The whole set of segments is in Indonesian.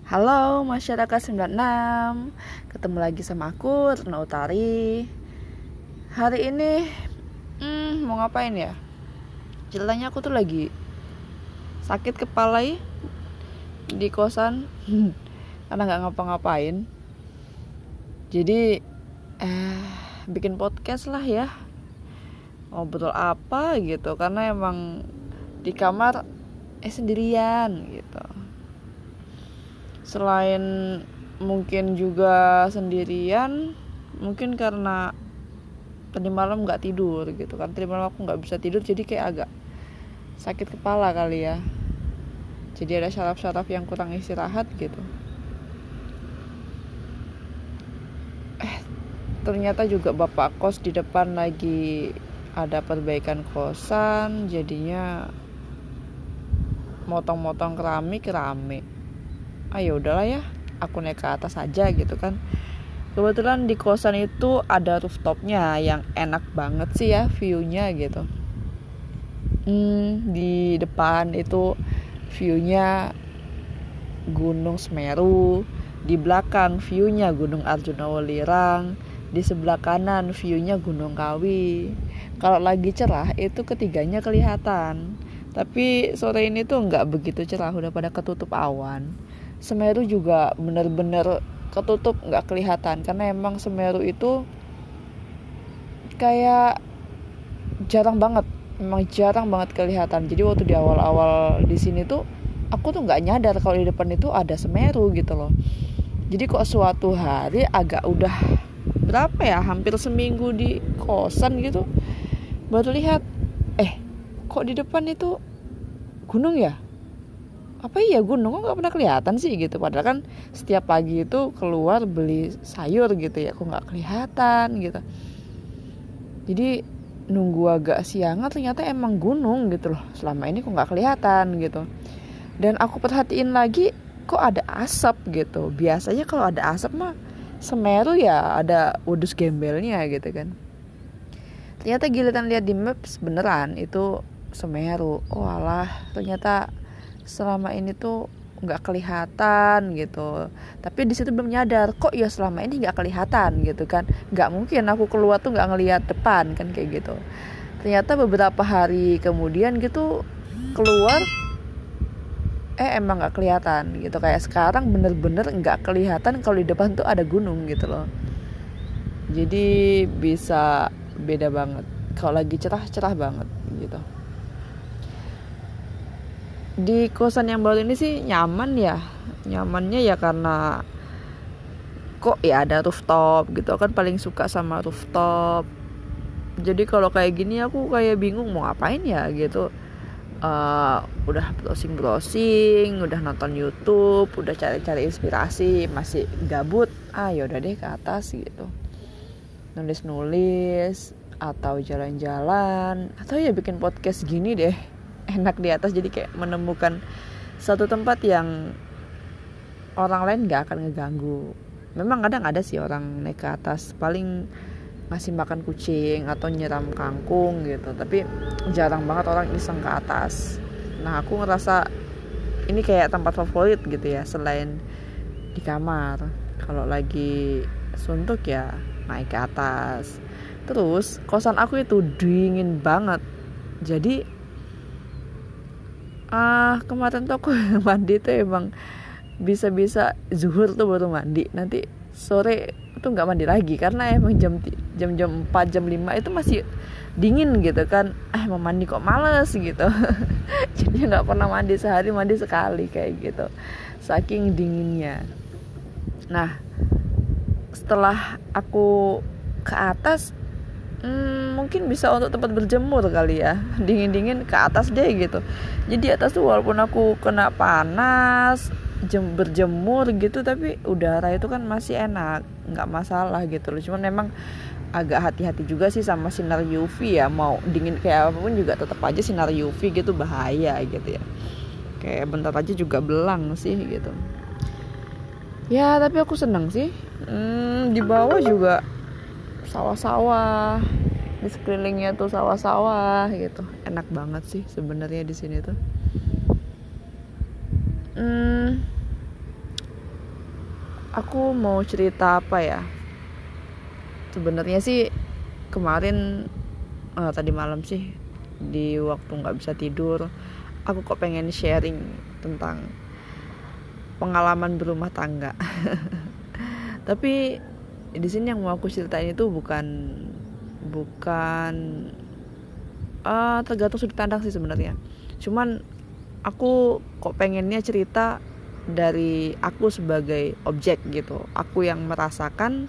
Halo masyarakat 96. Ketemu lagi sama aku Retno Utari. Hari ini mau ngapain ya? Ceritanya aku tuh lagi sakit kepala di kosan karena gak ngapa-ngapain. Jadi bikin podcast lah ya. Ngobrol apa gitu, karena emang di kamar sendirian gitu. Selain mungkin juga sendirian, mungkin karena tadi malam gak tidur gitu kan. Tadi malam aku gak bisa tidur, jadi kayak agak sakit kepala kali ya. Jadi ada syaraf-syaraf yang kurang istirahat gitu. Ternyata juga bapak kos di depan lagi ada perbaikan kosan, jadinya motong-motong keramik rame. Ayo udahlah ya, aku naik ke atas aja gitu kan. Kebetulan di kosan itu ada rooftopnya yang enak banget sih ya view-nya gitu. Di depan itu view-nya Gunung Semeru, di belakang view-nya Gunung Arjuna Welirang, di sebelah kanan view-nya Gunung Kawi. Kalau lagi cerah itu ketiganya kelihatan. Tapi sore ini tuh nggak begitu cerah, udah pada ketutup awan. Semeru juga bener-bener ketutup, nggak kelihatan, karena emang Semeru itu kayak jarang banget kelihatan. Jadi waktu di awal-awal di sini tuh aku tuh nggak nyadar kalau di depan itu ada Semeru gitu loh. Jadi kok suatu hari agak udah berapa ya, hampir seminggu di kosan gitu, baru lihat kok di depan itu gunung ya. Apa iya gunung kok gak pernah kelihatan sih gitu. Padahal kan setiap pagi itu keluar beli sayur gitu ya, kok gak kelihatan gitu. Jadi nunggu agak siangan ternyata emang gunung gitu loh. Selama ini kok gak kelihatan gitu. Dan aku perhatiin lagi kok ada asap gitu. Biasanya kalau ada asap mah Semeru ya ada udus gembelnya gitu kan. Ternyata giliran lihat di maps beneran itu Semeru. Oh alah, ternyata selama ini tuh nggak kelihatan gitu. Tapi di situ belum nyadar kok ya selama ini nggak kelihatan gitu kan. Nggak mungkin aku keluar tuh nggak ngelihat depan kan, kayak gitu. Ternyata beberapa hari kemudian gitu keluar emang nggak kelihatan gitu. Kayak sekarang bener-bener nggak kelihatan kalau di depan tuh ada gunung gitu loh. Jadi bisa beda banget. Kalau lagi cerah banget gitu. Di kosan yang baru ini sih nyamannya ya karena kok ya ada rooftop gitu kan, paling suka sama rooftop. Jadi kalau kayak gini aku kayak bingung mau ngapain ya gitu. Udah browsing, udah nonton YouTube, udah cari-cari inspirasi, masih gabut. Yaudah deh ke atas gitu, nulis atau jalan-jalan, atau ya bikin podcast gini deh. Enak di atas, jadi kayak menemukan satu tempat yang orang lain gak akan ngeganggu. Memang kadang ada sih orang naik ke atas paling ngasih makan kucing atau nyiram kangkung gitu, tapi jarang banget orang iseng ke atas. Nah aku ngerasa ini kayak tempat favorit gitu ya, selain di kamar. Kalau lagi suntuk ya naik ke atas. Terus kosan aku itu dingin banget, jadi kemarin tuh aku mandi tuh emang bisa-bisa zuhur tuh baru mandi, nanti sore tuh nggak mandi lagi karena emang jam 4 jam 5 itu masih dingin gitu kan. Mau mandi kok males gitu. Jadi nggak pernah mandi, sehari mandi sekali kayak gitu, saking dinginnya. Nah setelah aku ke atas, mungkin bisa untuk tempat berjemur kali ya, dingin-dingin ke atas deh gitu. Jadi atas tuh walaupun aku kena panas berjemur gitu, tapi udara itu kan masih enak, nggak masalah gitu loh. Cuman memang agak hati-hati juga sih sama sinar UV ya, mau dingin kayak apapun juga tetap aja sinar UV gitu bahaya gitu ya. Kayak bentar aja juga belang sih gitu. Ya tapi aku seneng sih. Di bawah juga sawah-sawah, di sekelilingnya tuh sawah-sawah gitu. Enak banget sih sebenarnya di sini tuh. aku mau cerita apa ya? Sebenarnya sih kemarin tadi malam sih di waktu nggak bisa tidur, aku kok pengen sharing tentang pengalaman berumah tangga. Tapi di sini yang mau aku ceritain itu bukan tergantung sudut pandang sih sebenarnya. Cuman aku kok pengennya cerita dari aku sebagai objek gitu. Aku yang merasakan,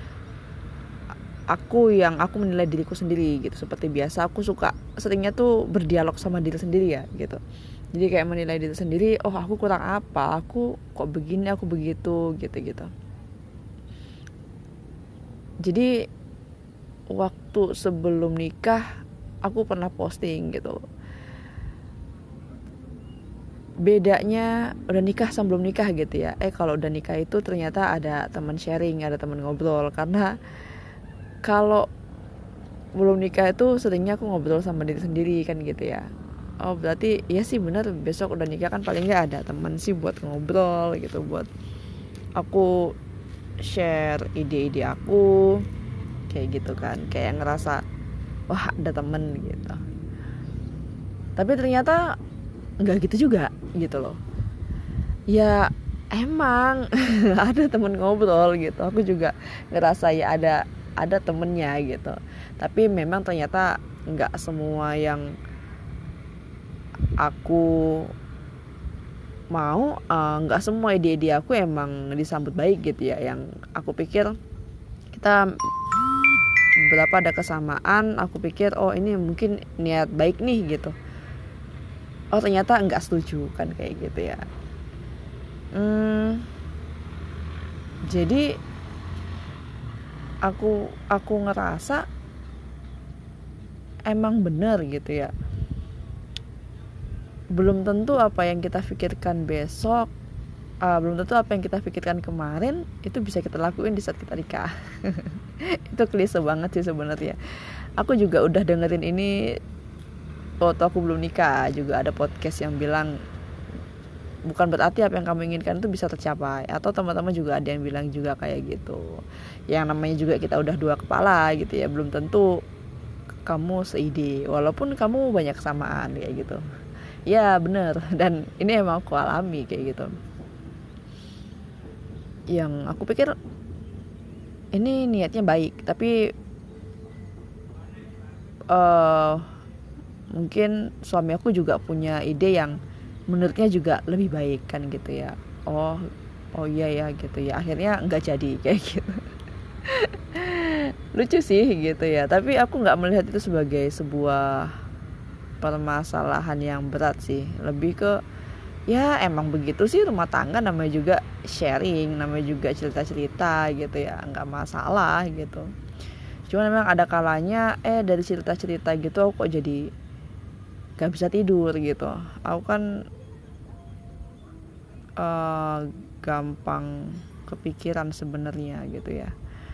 aku menilai diriku sendiri gitu. Seperti biasa aku suka seringnya tuh berdialog sama diri sendiri ya gitu. Jadi kayak menilai diri sendiri, oh aku kurang apa, aku kok begini, aku begitu gitu. Jadi waktu sebelum nikah aku pernah posting gitu, bedanya udah nikah sama belum nikah gitu ya. Kalau udah nikah itu ternyata ada teman sharing, ada teman ngobrol. Karena kalau belum nikah itu seringnya aku ngobrol sama diri sendiri kan gitu ya. Oh berarti ya sih benar, besok udah nikah kan paling nggak ada teman sih buat ngobrol gitu, buat aku share ide-ide aku kayak gitu kan, kayak ngerasa wah ada temen gitu. Tapi ternyata nggak gitu juga gitu loh. Ya emang ada temen ngobrol gitu, aku juga ngerasa ya ada temennya gitu. Tapi memang ternyata nggak semua yang aku mau, nggak semua ide-ide aku emang disambut baik gitu ya. Yang aku pikir kita beberapa ada kesamaan, aku pikir oh ini mungkin niat baik nih gitu. Oh ternyata nggak setuju kan kayak gitu ya. Jadi aku ngerasa emang bener gitu ya. Belum tentu apa yang kita pikirkan besok, belum tentu apa yang kita pikirkan kemarin itu bisa kita lakuin di saat kita nikah. Itu klise banget sih sebenarnya. Aku juga udah dengerin ini waktu aku belum nikah, juga ada podcast yang bilang bukan berarti apa yang kamu inginkan itu bisa tercapai. Atau teman-teman juga ada yang bilang juga kayak gitu. Yang namanya juga kita udah dua kepala gitu ya, belum tentu kamu seide walaupun kamu banyak kesamaan kayak gitu. Ya bener, dan ini emang aku alami kayak gitu. Yang aku pikir ini niatnya baik, tapi mungkin suami aku juga punya ide yang menurutnya juga lebih baik kan gitu ya. Oh iya ya gitu ya, akhirnya nggak jadi kayak gitu. Lucu sih gitu ya, tapi aku nggak melihat itu sebagai sebuah permasalahan yang berat sih. Lebih ke ya emang begitu sih, rumah tangga namanya juga sharing, namanya juga cerita-cerita gitu ya, nggak masalah gitu. Cuma memang ada kalanya dari cerita-cerita gitu aku kok jadi gak bisa tidur gitu. Aku kan gampang kepikiran sebenarnya gitu ya.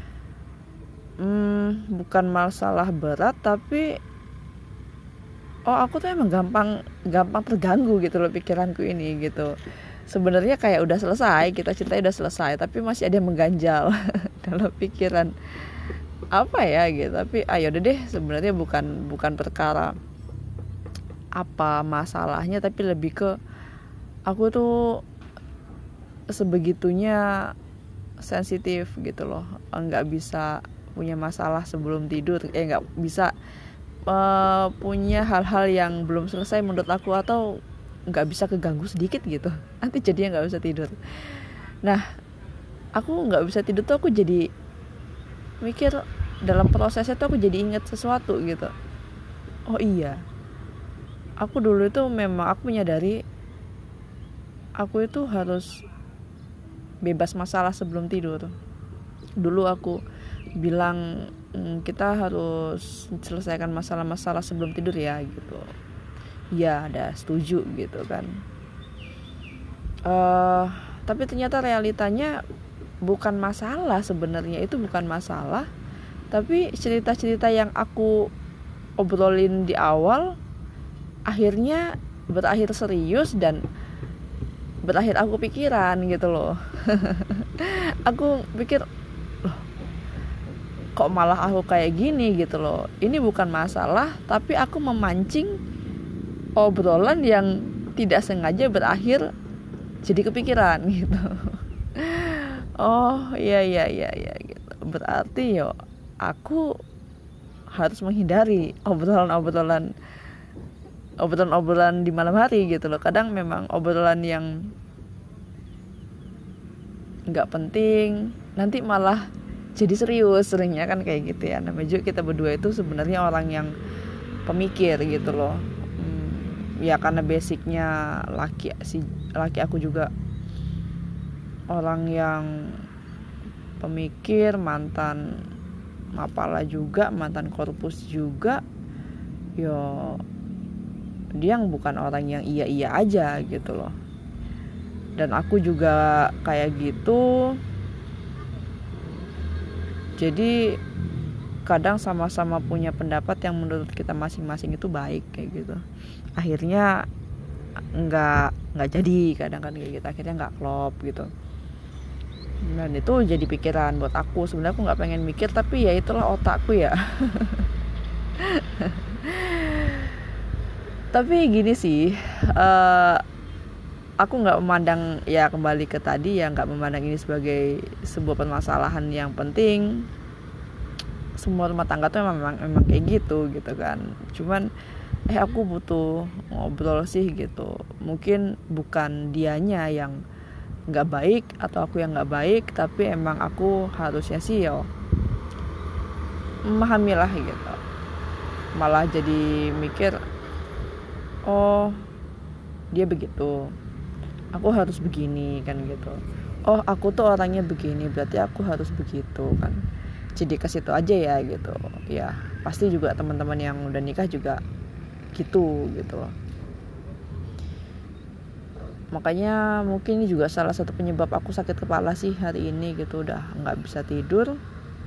Bukan masalah berat, tapi aku tuh emang gampang terganggu gitu loh pikiranku ini gitu. Sebenarnya kayak udah selesai, kita ceritanya udah selesai, tapi masih ada yang mengganjal dalam pikiran apa ya gitu. Tapi ayo deh, sebenarnya bukan perkara apa masalahnya, tapi lebih ke aku tuh sebegitunya sensitif gitu loh, nggak bisa punya masalah sebelum tidur, nggak bisa punya hal-hal yang belum selesai menurut aku, atau nggak bisa keganggu sedikit gitu, nanti jadinya nggak bisa tidur. Nah aku nggak bisa tidur tuh aku jadi mikir, dalam prosesnya tuh aku jadi inget sesuatu gitu. Oh iya, aku dulu itu memang aku menyadari aku itu harus bebas masalah sebelum tidur. Dulu aku bilang kita harus selesaikan masalah-masalah sebelum tidur ya gitu. Ya ada setuju gitu kan. Tapi ternyata realitanya bukan masalah sebenarnya, itu bukan masalah. Tapi cerita-cerita yang aku obrolin di awal akhirnya berakhir serius dan berakhir aku pikiran gitu loh. Aku pikir, loh, kok malah aku kayak gini gitu loh. Ini bukan masalah, tapi aku memancing obrolan yang tidak sengaja berakhir jadi kepikiran gitu. Oh iya gitu. Berarti yo aku harus menghindari obrolan di malam hari gitu loh. Kadang memang obrolan yang nggak penting nanti malah jadi serius, seringnya kan kayak gitu ya. Namanya juga kita berdua itu sebenarnya orang yang pemikir gitu loh. Ya karena basicnya laki aku juga orang yang pemikir, mantan mapala juga, mantan korpus juga. Yo dia bukan orang yang iya aja gitu loh. Dan aku juga kayak gitu. Jadi kadang sama-sama punya pendapat yang menurut kita masing-masing itu baik kayak gitu. Akhirnya nggak jadi, kadang kan kayak gitu. Akhirnya nggak klop gitu. Dan itu jadi pikiran buat aku. Sebenarnya aku nggak pengen mikir, tapi ya itulah otakku ya. Tapi gini sih, aku nggak memandang, ya kembali ke tadi ya, nggak memandang ini sebagai sebuah permasalahan yang penting. Semua rumah tangga tuh memang kayak gitu kan. Cuman aku butuh ngobrol sih gitu. Mungkin bukan dianya yang nggak baik atau aku yang nggak baik, tapi emang aku harusnya sih memahami lah gitu. Malah jadi mikir, oh dia begitu, aku harus begini kan gitu. Oh aku tuh orangnya begini, berarti aku harus begitu kan. Jadi ke situ aja ya gitu. Ya pasti juga teman-teman yang udah nikah juga gitu loh. Makanya mungkin ini juga salah satu penyebab aku sakit kepala sih hari ini gitu. Udah nggak bisa tidur.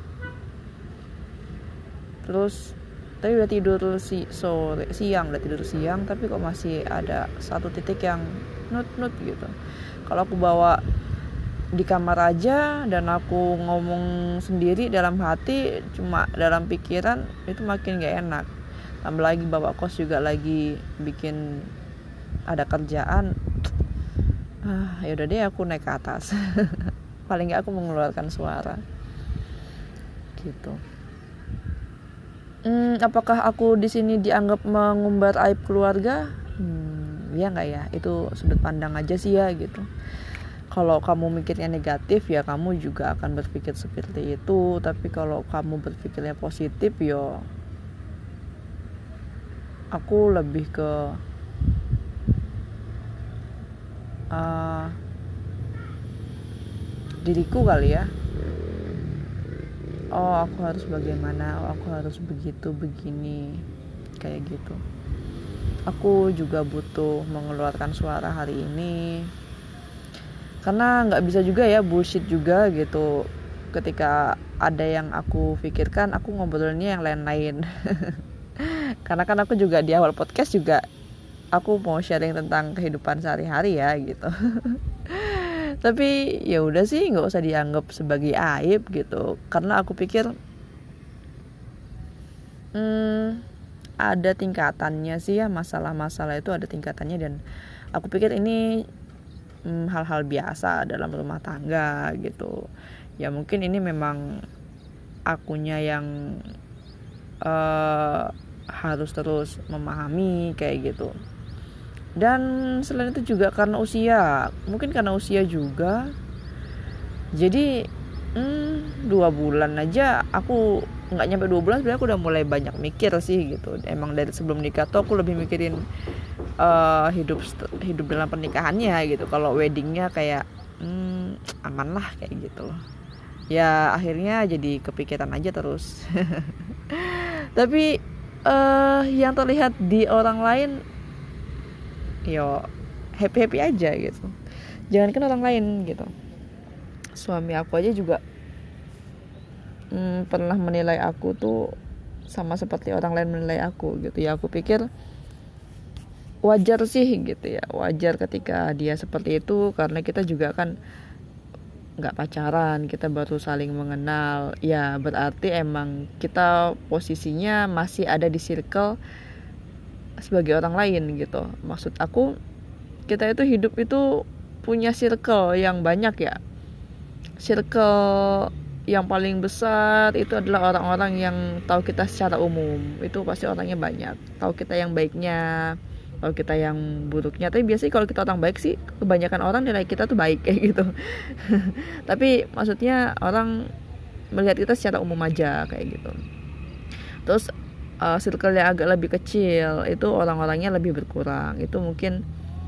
Terus tapi udah tidur siang, tapi kok masih ada satu titik yang nut gitu. Kalau aku bawa di kamar aja dan aku ngomong sendiri dalam hati, cuma dalam pikiran, itu makin gak enak. Tambah lagi bapak kos juga lagi bikin ada kerjaan. Ya udah deh, aku naik ke atas. Paling gak aku mengeluarkan suara gitu. Apakah aku di sini dianggap mengumbar aib keluarga? Ya nggak ya, itu sudut pandang aja sih ya gitu. Kalau kamu mikirnya negatif ya kamu juga akan berpikir seperti itu. Tapi kalau kamu berpikirnya positif ya aku lebih ke diriku kali ya. Oh aku harus bagaimana, aku harus begitu, begini, kayak gitu. Aku juga butuh mengeluarkan suara hari ini, karena gak bisa juga ya bullshit juga gitu. Ketika ada yang aku pikirkan, aku ngobrolnya yang lain-lain. Karena kan aku juga di awal podcast juga aku mau sharing tentang kehidupan sehari-hari ya gitu. Tapi ya udah sih, nggak usah dianggap sebagai aib gitu. Karena aku pikir ada tingkatannya sih ya, masalah-masalah itu ada tingkatannya. Dan aku pikir ini hal-hal biasa dalam rumah tangga gitu. Ya mungkin ini memang akunya yang harus terus memahami kayak gitu. Dan selain itu juga karena usia, mungkin karena usia juga. Jadi 2 bulan aja, aku nggak nyampe 2 bulan sebenarnya aku udah mulai banyak mikir sih gitu. Emang dari sebelum nikah tuh aku lebih mikirin hidup dalam pernikahannya gitu. Kalau weddingnya kayak aman lah kayak gitu loh. Ya akhirnya jadi kepikiran aja terus. Tapi yang terlihat di orang lain yo happy aja gitu. Jangankan orang lain gitu, suami aku aja juga pernah menilai aku tuh sama seperti orang lain menilai aku gitu. Ya aku pikir wajar sih gitu ya, wajar ketika dia seperti itu, karena kita juga kan nggak pacaran, kita baru saling mengenal ya, berarti emang kita posisinya masih ada di circle sebagai orang lain gitu. Maksud aku, kita itu hidup itu punya circle yang banyak ya. Circle yang paling besar itu adalah orang-orang yang tahu kita secara umum, itu pasti orangnya banyak, tahu kita yang baiknya, tahu kita yang buruknya. Tapi biasanya kalau kita orang baik sih, kebanyakan orang nilai kita tuh baik kayak gitu. Tapi maksudnya orang melihat kita secara umum aja kayak gitu. Terus circle yang agak lebih kecil itu orang-orangnya lebih berkurang. Itu mungkin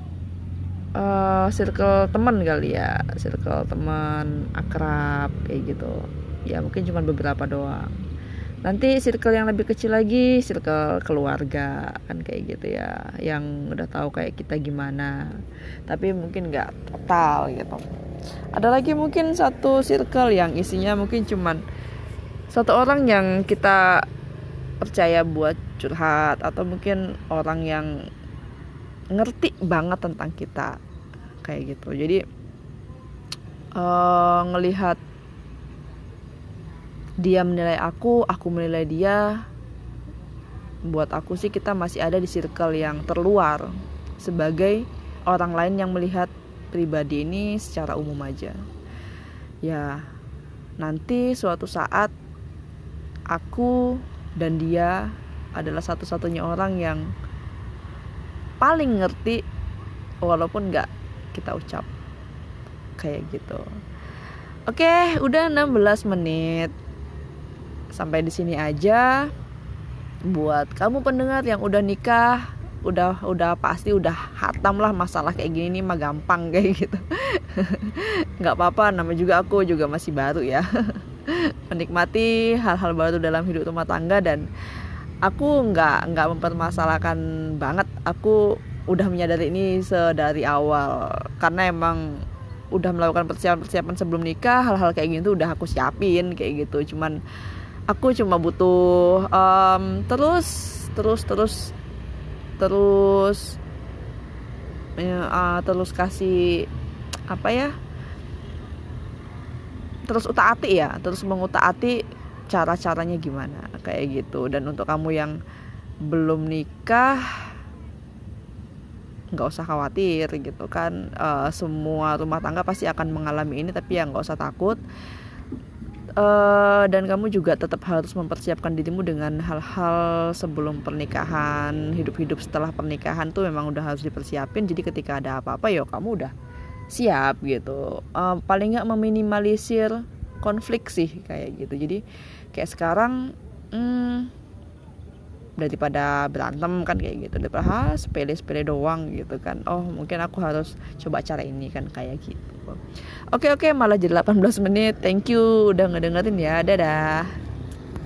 circle teman kali ya, circle teman akrab kayak gitu ya, mungkin cuma beberapa doang. Nanti circle yang lebih kecil lagi, circle keluarga kan kayak gitu ya, yang udah tahu kayak kita gimana, tapi mungkin nggak total gitu. Ada lagi mungkin satu circle yang isinya mungkin cuman satu orang yang kita percaya buat curhat, atau mungkin orang yang ngerti banget tentang kita kayak gitu. Jadi ngelihat dia menilai aku menilai dia, buat aku sih kita masih ada di circle yang terluar sebagai orang lain yang melihat pribadi ini secara umum aja. Ya, nanti suatu saat aku dan dia adalah satu-satunya orang yang paling ngerti walaupun gak kita ucap kayak gitu. Oke, udah 16 menit. Sampai di sini aja. Buat kamu pendengar yang udah nikah, udah pasti udah hatam lah masalah kayak gini nih, mah gampang kayak gitu. Gak apa-apa, namanya juga aku juga masih baru ya. Menikmati hal-hal baru dalam hidup rumah tangga, dan aku nggak mempermasalahkan banget. Aku udah menyadari ini sedari awal, karena emang udah melakukan persiapan sebelum nikah. Hal-hal kayak gini tuh udah aku siapin kayak gitu. Cuman aku cuma butuh terus kasih apa ya, terus utaati ya, terus mengutaati cara-caranya gimana kayak gitu. Dan untuk kamu yang belum nikah, nggak usah khawatir gitu kan. Semua rumah tangga pasti akan mengalami ini, tapi ya nggak usah takut. Dan kamu juga tetap harus mempersiapkan dirimu dengan hal-hal sebelum pernikahan. Hidup setelah pernikahan tuh memang udah harus dipersiapin. Jadi ketika ada apa-apa ya kamu udah siap gitu. Paling nggak meminimalisir konflik sih kayak gitu. Jadi kayak sekarang daripada berantem kan kayak gitu, daripada sepele doang gitu kan. Oh mungkin aku harus coba cara ini kan kayak gitu. Oke, malah jadi 18 menit. Thank you udah ngedengerin ya. Dadah.